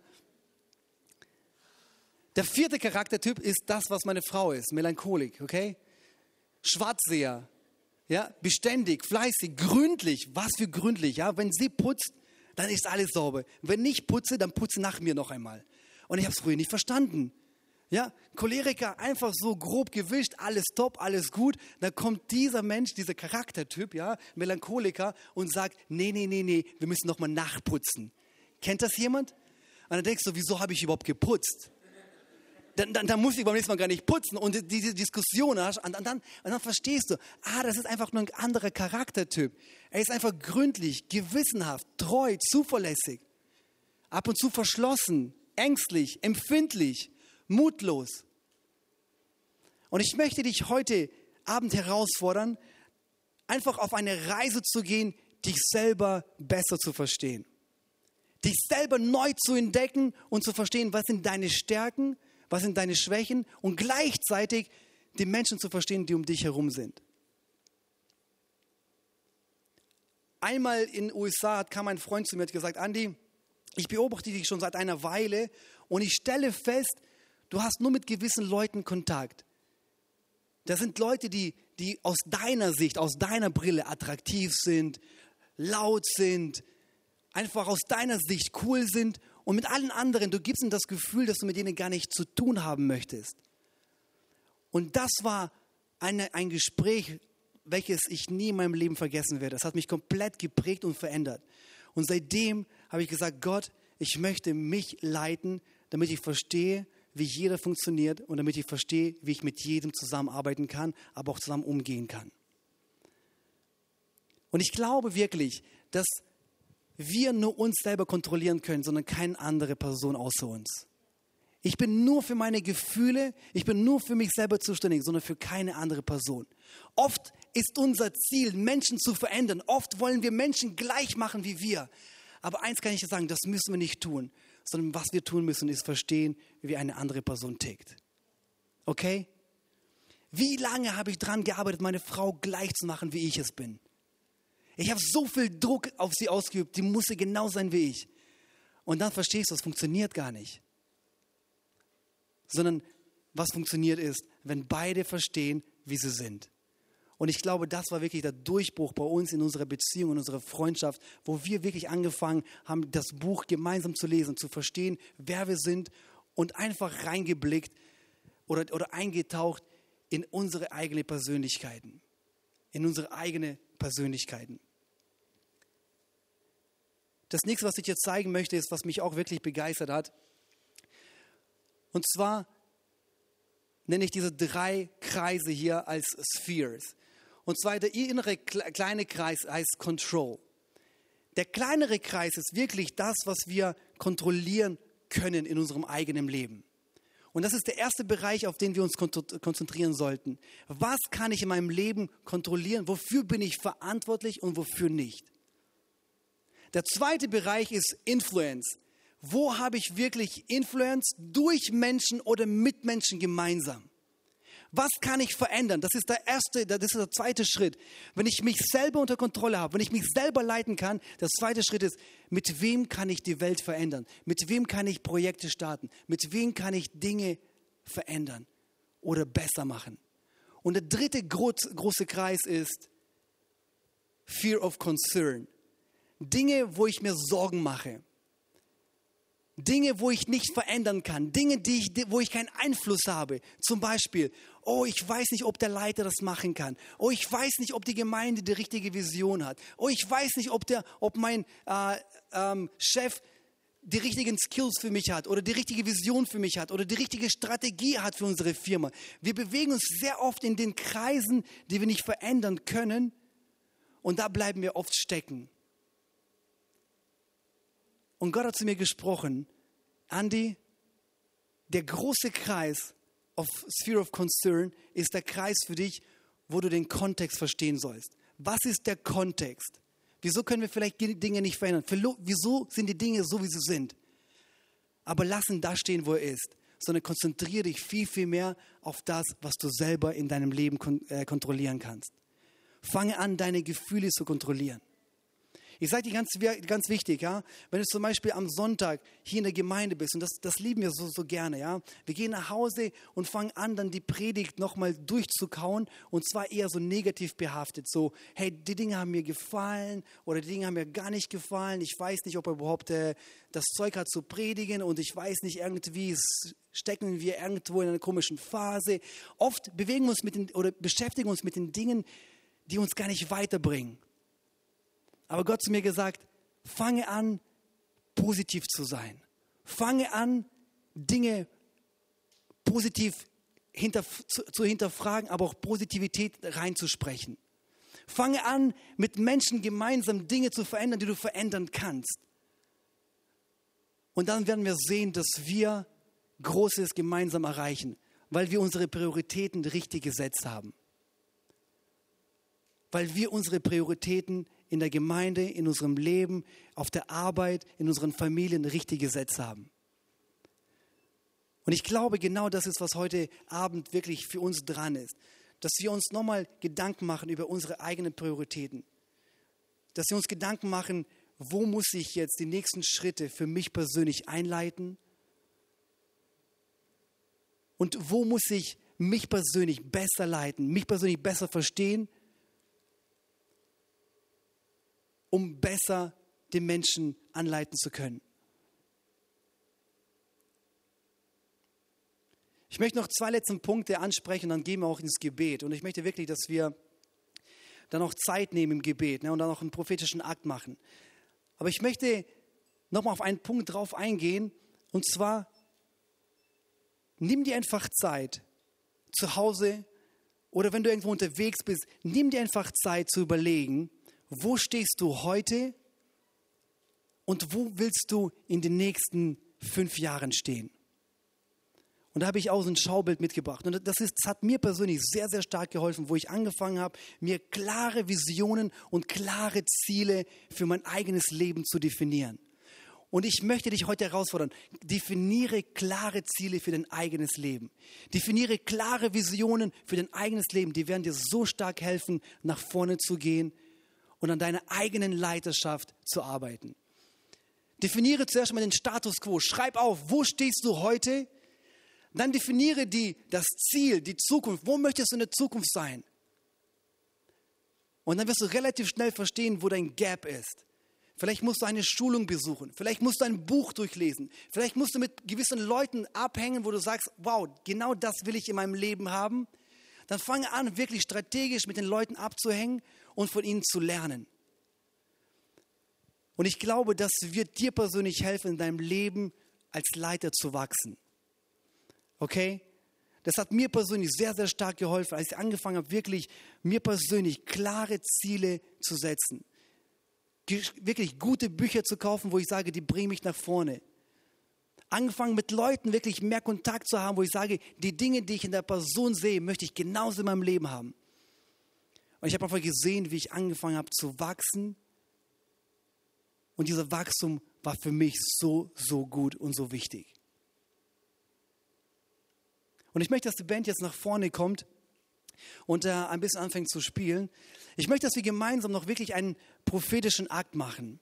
S1: Der 4. Charaktertyp ist das, was meine Frau ist, Melancholik, okay? Schwarzseher, ja, beständig, fleißig, gründlich. Was für gründlich, ja? Wenn sie putzt, dann ist alles sauber. Wenn ich putze, dann putze nach mir noch einmal. Und ich habe es früher nicht verstanden. Ja, Choleriker, einfach so grob gewischt, alles top, alles gut. Dann kommt dieser Mensch, dieser Charaktertyp, ja, Melancholiker und sagt, nee, wir müssen noch mal nachputzen. Kennt das jemand? Und dann denkst du, wieso habe ich überhaupt geputzt? Dann muss ich beim nächsten Mal gar nicht putzen. Und diese Diskussion hast, und dann verstehst du, das ist einfach nur ein anderer Charaktertyp. Er ist einfach gründlich, gewissenhaft, treu, zuverlässig, ab und zu verschlossen, ängstlich, empfindlich, mutlos. Und ich möchte dich heute Abend herausfordern, einfach auf eine Reise zu gehen, dich selber besser zu verstehen. Dich selber neu zu entdecken und zu verstehen, was sind deine Stärken, was sind deine Schwächen und gleichzeitig die Menschen zu verstehen, die um dich herum sind. Einmal in den USA kam ein Freund zu mir und hat gesagt, Andi, ich beobachte dich schon seit einer Weile und ich stelle fest, du hast nur mit gewissen Leuten Kontakt. Das sind Leute, die aus deiner Sicht, aus deiner Brille attraktiv sind, laut sind, einfach aus deiner Sicht cool sind. Und mit allen anderen, du gibst ihnen das Gefühl, dass du mit denen gar nichts zu tun haben möchtest. Und das war ein Gespräch, welches ich nie in meinem Leben vergessen werde. Das hat mich komplett geprägt und verändert. Und seitdem habe ich gesagt, Gott, ich möchte mich leiten, damit ich verstehe, wie jeder funktioniert und damit ich verstehe, wie ich mit jedem zusammenarbeiten kann, aber auch zusammen umgehen kann. Und ich glaube wirklich, dass wir nur uns selber kontrollieren können, sondern keine andere Person außer uns. Ich bin nur für meine Gefühle, ich bin nur für mich selber zuständig, sondern für keine andere Person. Oft ist unser Ziel, Menschen zu verändern. Oft wollen wir Menschen gleich machen wie wir. Aber eins kann ich dir sagen, das müssen wir nicht tun, sondern was wir tun müssen, ist verstehen, wie eine andere Person tickt. Okay? Wie lange habe ich daran gearbeitet, meine Frau gleich zu machen, wie ich es bin? Ich habe so viel Druck auf sie ausgeübt, die muss genau sein wie ich. Und dann verstehst du, es funktioniert gar nicht. Sondern was funktioniert ist, wenn beide verstehen, wie sie sind. Und ich glaube, das war wirklich der Durchbruch bei uns in unserer Beziehung, in unserer Freundschaft, wo wir wirklich angefangen haben, das Buch gemeinsam zu lesen, zu verstehen, wer wir sind und einfach reingeblickt oder eingetaucht in unsere eigenen Persönlichkeiten. In unsere eigenen Persönlichkeiten. Das nächste, was ich dir zeigen möchte, ist, was mich auch wirklich begeistert hat. Und zwar nenne ich diese 3 Kreise hier als Spheres. Und zwar der innere kleine Kreis heißt Control. Der kleinere Kreis ist wirklich das, was wir kontrollieren können in unserem eigenen Leben. Und das ist der erste Bereich, auf den wir uns konzentrieren sollten. Was kann ich in meinem Leben kontrollieren? Wofür bin ich verantwortlich und wofür nicht? Der zweite Bereich ist Influence. Wo habe ich wirklich Influence durch Menschen oder mit Menschen gemeinsam? Was kann ich verändern? Das ist der zweite Schritt. Wenn ich mich selber unter Kontrolle habe, wenn ich mich selber leiten kann, der zweite Schritt ist, mit wem kann ich die Welt verändern? Mit wem kann ich Projekte starten? Mit wem kann ich Dinge verändern oder besser machen? Und der dritte große Kreis ist Fear of Concern. Dinge, wo ich mir Sorgen mache. Dinge, wo ich nicht verändern kann. Dinge, wo ich keinen Einfluss habe. Zum Beispiel, oh, ich weiß nicht, ob der Leiter das machen kann. Oh, ich weiß nicht, ob die Gemeinde die richtige Vision hat. Oh, ich weiß nicht, ob mein Chef die richtigen Skills für mich hat oder die richtige Vision für mich hat oder die richtige Strategie hat für unsere Firma. Wir bewegen uns sehr oft in den Kreisen, die wir nicht verändern können, und da bleiben wir oft stecken. Und Gott hat zu mir gesprochen, Andi, der große Kreis of Sphere of Concern ist der Kreis für dich, wo du den Kontext verstehen sollst. Was ist der Kontext? Wieso können wir vielleicht die Dinge nicht verändern? Wieso sind die Dinge so, wie sie sind? Aber lass ihn da stehen, wo er ist. Sondern konzentriere dich viel, viel mehr auf das, was du selber in deinem Leben kontrollieren kannst. Fange an, deine Gefühle zu kontrollieren. Ich sage dir ganz wichtig, ja, wenn du zum Beispiel am Sonntag hier in der Gemeinde bist, und das lieben wir so gerne, ja, wir gehen nach Hause und fangen an, dann die Predigt nochmal durchzukauen, und zwar eher so negativ behaftet, so, hey, die Dinge haben mir gefallen oder die Dinge haben mir gar nicht gefallen, ich weiß nicht, ob er überhaupt das Zeug hat zu predigen, und ich weiß nicht, irgendwie stecken wir irgendwo in einer komischen Phase. Oft bewegen wir uns beschäftigen uns mit den Dingen, die uns gar nicht weiterbringen. Aber Gott hat zu mir gesagt, fange an, positiv zu sein. Fange an, Dinge positiv zu hinterfragen, aber auch Positivität reinzusprechen. Fange an, mit Menschen gemeinsam Dinge zu verändern, die du verändern kannst. Und dann werden wir sehen, dass wir Großes gemeinsam erreichen, weil wir unsere Prioritäten richtig gesetzt haben. Weil wir unsere Prioritäten in der Gemeinde, in unserem Leben, auf der Arbeit, in unseren Familien richtig gesetzt haben. Und ich glaube, genau das ist, was heute Abend wirklich für uns dran ist. Dass wir uns nochmal Gedanken machen über unsere eigenen Prioritäten. Dass wir uns Gedanken machen, wo muss ich jetzt die nächsten Schritte für mich persönlich einleiten? Und wo muss ich mich persönlich besser leiten, mich persönlich besser verstehen, um besser den Menschen anleiten zu können. Ich möchte noch 2 letzte Punkte ansprechen, dann gehen wir auch ins Gebet. Und ich möchte wirklich, dass wir dann auch Zeit nehmen im Gebet, und dann auch einen prophetischen Akt machen. Aber ich möchte nochmal auf einen Punkt drauf eingehen, und zwar, nimm dir einfach Zeit zu Hause oder wenn du irgendwo unterwegs bist, nimm dir einfach Zeit zu überlegen, wo stehst du heute und wo willst du in den nächsten 5 Jahren stehen? Und da habe ich auch so ein Schaubild mitgebracht. Und das hat mir persönlich sehr, sehr stark geholfen, wo ich angefangen habe, mir klare Visionen und klare Ziele für mein eigenes Leben zu definieren. Und ich möchte dich heute herausfordern, definiere klare Ziele für dein eigenes Leben. Definiere klare Visionen für dein eigenes Leben. Die werden dir so stark helfen, nach vorne zu gehen und an deiner eigenen Leiterschaft zu arbeiten. Definiere zuerst mal den Status quo. Schreib auf, wo stehst du heute? Dann definiere das Ziel, die Zukunft. Wo möchtest du in der Zukunft sein? Und dann wirst du relativ schnell verstehen, wo dein Gap ist. Vielleicht musst du eine Schulung besuchen. Vielleicht musst du ein Buch durchlesen. Vielleicht musst du mit gewissen Leuten abhängen, wo du sagst, wow, genau das will ich in meinem Leben haben. Dann fange an, wirklich strategisch mit den Leuten abzuhängen und von ihnen zu lernen. Und ich glaube, das wird dir persönlich helfen, in deinem Leben als Leiter zu wachsen. Okay? Das hat mir persönlich sehr, sehr stark geholfen, als ich angefangen habe, wirklich mir persönlich klare Ziele zu setzen. Wirklich gute Bücher zu kaufen, wo ich sage, die bringen mich nach vorne. Angefangen mit Leuten wirklich mehr Kontakt zu haben, wo ich sage, die Dinge, die ich in der Person sehe, möchte ich genauso in meinem Leben haben. Und ich habe einfach gesehen, wie ich angefangen habe zu wachsen. Und dieser Wachstum war für mich so, so gut und so wichtig. Und ich möchte, dass die Band jetzt nach vorne kommt und ein bisschen anfängt zu spielen. Ich möchte, dass wir gemeinsam noch wirklich einen prophetischen Akt machen.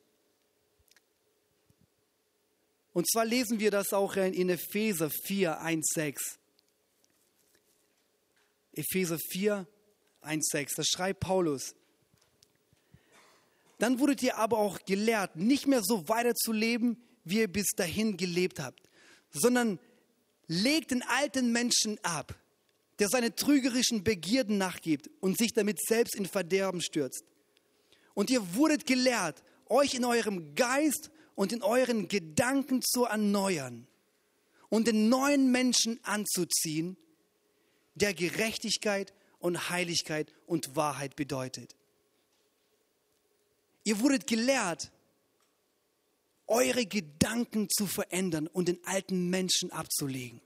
S1: Und zwar lesen wir das auch in Epheser 4, 1, 6. Epheser 4, 1,6. Da schreibt Paulus: Dann wurdet ihr aber auch gelehrt, nicht mehr so weiterzuleben, wie ihr bis dahin gelebt habt, sondern legt den alten Menschen ab, der seine trügerischen Begierden nachgibt und sich damit selbst in Verderben stürzt. Und ihr wurdet gelehrt, euch in eurem Geist und in euren Gedanken zu erneuern und den neuen Menschen anzuziehen, der Gerechtigkeit und Heiligkeit und Wahrheit bedeutet. Ihr wurdet gelehrt, eure Gedanken zu verändern und den alten Menschen abzulegen.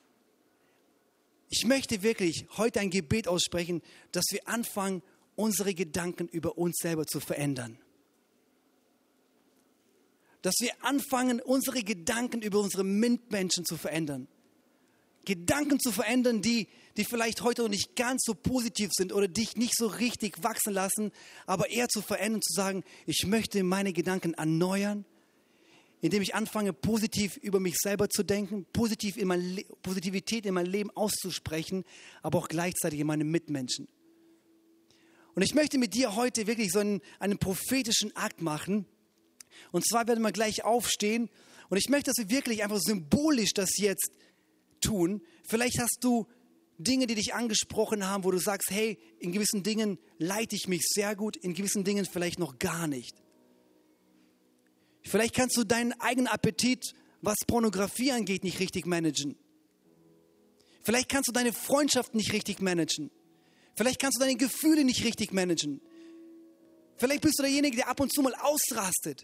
S1: Ich möchte wirklich heute ein Gebet aussprechen, dass wir anfangen, unsere Gedanken über uns selber zu verändern. Dass wir anfangen, unsere Gedanken über unsere Mitmenschen zu verändern. Gedanken zu verändern, die vielleicht heute noch nicht ganz so positiv sind oder dich nicht so richtig wachsen lassen, aber eher zu verändern, zu sagen, ich möchte meine Gedanken erneuern, indem ich anfange, positiv über mich selber zu denken, Positivität in mein Leben auszusprechen, aber auch gleichzeitig in meine Mitmenschen. Und ich möchte mit dir heute wirklich so einen prophetischen Akt machen. Und zwar werden wir gleich aufstehen. Und ich möchte, dass wir wirklich einfach symbolisch das jetzt tun. Vielleicht hast du Dinge, die dich angesprochen haben, wo du sagst, hey, in gewissen Dingen leite ich mich sehr gut, in gewissen Dingen vielleicht noch gar nicht. Vielleicht kannst du deinen eigenen Appetit, was Pornografie angeht, nicht richtig managen. Vielleicht kannst du deine Freundschaft nicht richtig managen. Vielleicht kannst du deine Gefühle nicht richtig managen. Vielleicht bist du derjenige, der ab und zu mal ausrastet.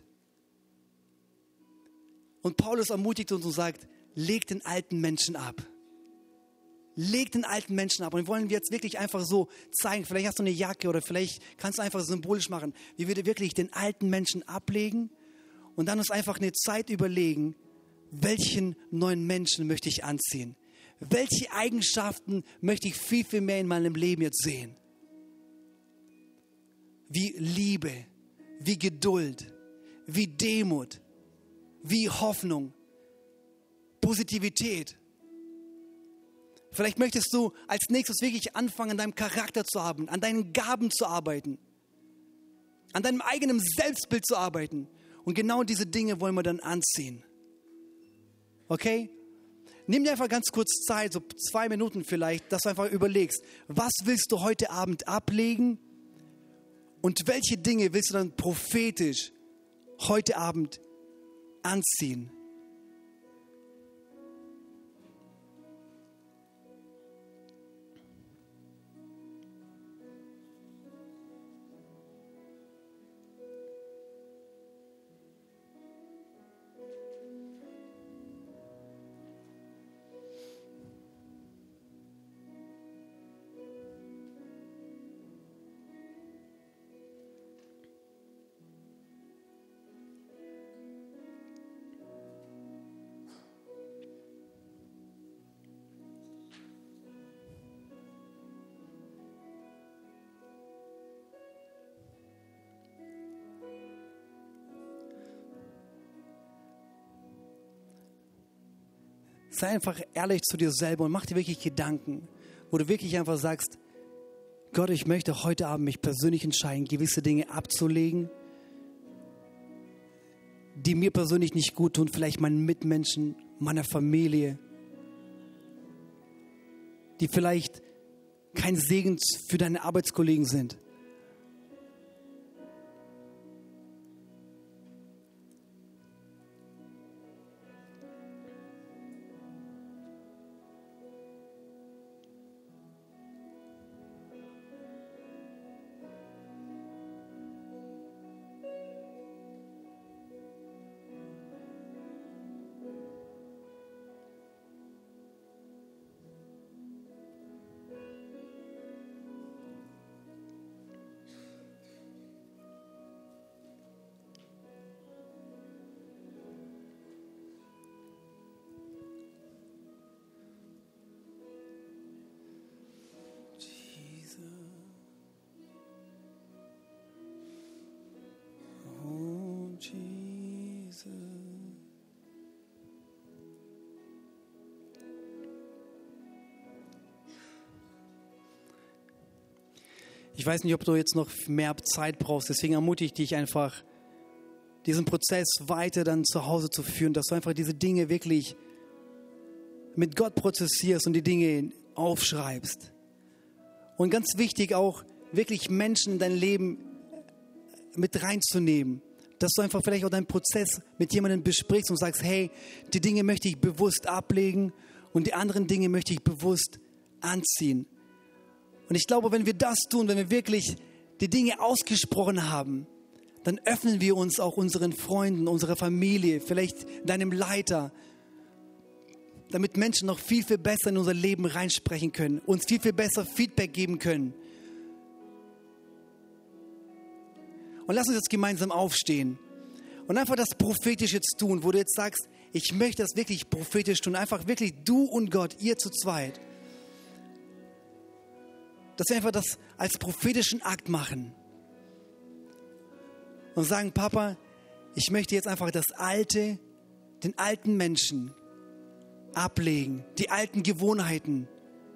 S1: Und Paulus ermutigt uns und sagt, leg den alten Menschen ab. Leg den alten Menschen ab. Und wir wollen jetzt wirklich einfach so zeigen, vielleicht hast du eine Jacke oder vielleicht kannst du einfach symbolisch machen, wie wir wirklich den alten Menschen ablegen und dann uns einfach eine Zeit überlegen, welchen neuen Menschen möchte ich anziehen? Welche Eigenschaften möchte ich viel, viel mehr in meinem Leben jetzt sehen? Wie Liebe, wie Geduld, wie Demut, wie Hoffnung, Positivität. Vielleicht möchtest du als nächstes wirklich anfangen, an deinem Charakter zu arbeiten, an deinen Gaben zu arbeiten, an deinem eigenen Selbstbild zu arbeiten. Und genau diese Dinge wollen wir dann anziehen. Okay? Nimm dir einfach ganz kurz Zeit, so 2 Minuten vielleicht, dass du einfach überlegst, was willst du heute Abend ablegen und welche Dinge willst du dann prophetisch heute Abend anziehen? Sei einfach ehrlich zu dir selber und mach dir wirklich Gedanken, wo du wirklich einfach sagst, Gott, ich möchte heute Abend mich persönlich entscheiden, gewisse Dinge abzulegen, die mir persönlich nicht gut tun, vielleicht meinen Mitmenschen, meiner Familie, die vielleicht kein Segen für deine Arbeitskollegen sind. Ich weiß nicht, ob du jetzt noch mehr Zeit brauchst, deswegen ermutige ich dich einfach, diesen Prozess weiter dann zu Hause zu führen, dass du einfach diese Dinge wirklich mit Gott prozessierst und die Dinge aufschreibst. Und ganz wichtig auch, wirklich Menschen in dein Leben mit reinzunehmen. Dass du einfach vielleicht auch deinen Prozess mit jemandem besprichst und sagst, hey, die Dinge möchte ich bewusst ablegen und die anderen Dinge möchte ich bewusst anziehen. Und ich glaube, wenn wir das tun, wenn wir wirklich die Dinge ausgesprochen haben, dann öffnen wir uns auch unseren Freunden, unserer Familie, vielleicht deinem Leiter, damit Menschen noch viel, viel besser in unser Leben reinsprechen können, uns viel, viel besser Feedback geben können. Und lass uns jetzt gemeinsam aufstehen und einfach das prophetisch jetzt tun, wo du jetzt sagst, ich möchte das wirklich prophetisch tun, einfach wirklich du und Gott, ihr zu zweit. Dass wir einfach das als prophetischen Akt machen und sagen, Papa, ich möchte jetzt einfach das Alte, den alten Menschen ablegen, die alten Gewohnheiten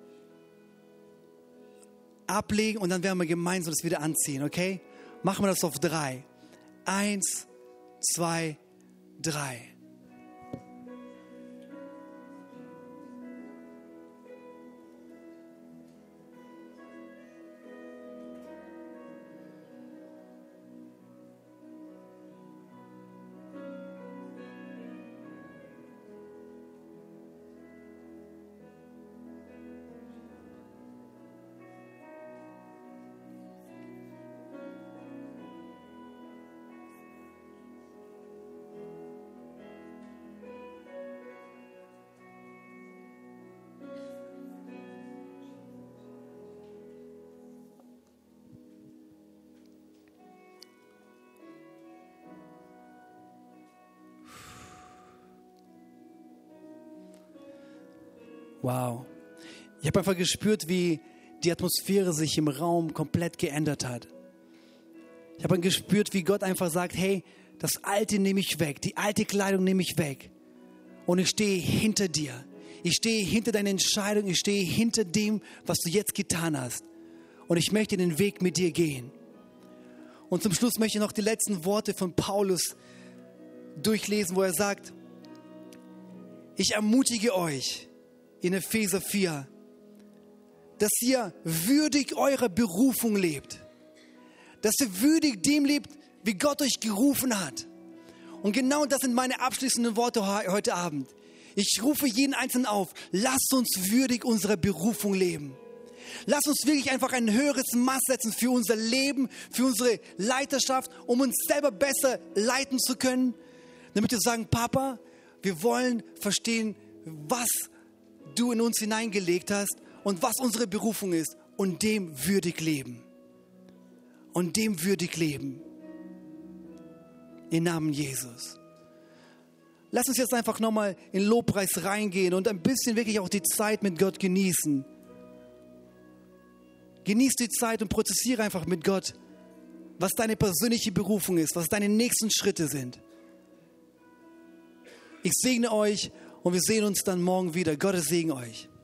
S1: ablegen und dann werden wir gemeinsam das wieder anziehen, okay? Machen wir das auf 3. 1, 2, 3. Wow. Ich habe einfach gespürt, wie die Atmosphäre sich im Raum komplett geändert hat. Ich habe gespürt, wie Gott einfach sagt, hey, das Alte nehme ich weg, die alte Kleidung nehme ich weg. Und ich stehe hinter dir. Ich stehe hinter deiner Entscheidung, ich stehe hinter dem, was du jetzt getan hast. Und ich möchte den Weg mit dir gehen. Und zum Schluss möchte ich noch die letzten Worte von Paulus durchlesen, wo er sagt, ich ermutige euch, in Epheser 4, dass ihr würdig eurer Berufung lebt. Dass ihr würdig dem lebt, wie Gott euch gerufen hat. Und genau das sind meine abschließenden Worte heute Abend. Ich rufe jeden Einzelnen auf, lasst uns würdig unserer Berufung leben. Lasst uns wirklich einfach ein höheres Maß setzen für unser Leben, für unsere Leiterschaft, um uns selber besser leiten zu können. Damit wir sagen, Papa, wir wollen verstehen, was du in uns hineingelegt hast und was unsere Berufung ist und dem würdig leben. Und dem würdig leben. Im Namen Jesus. Lass uns jetzt einfach nochmal in Lobpreis reingehen und ein bisschen wirklich auch die Zeit mit Gott genießen. Genieß die Zeit und prozessiere einfach mit Gott, was deine persönliche Berufung ist, was deine nächsten Schritte sind. Ich segne euch und wir sehen uns dann morgen wieder. Gottes Segen euch.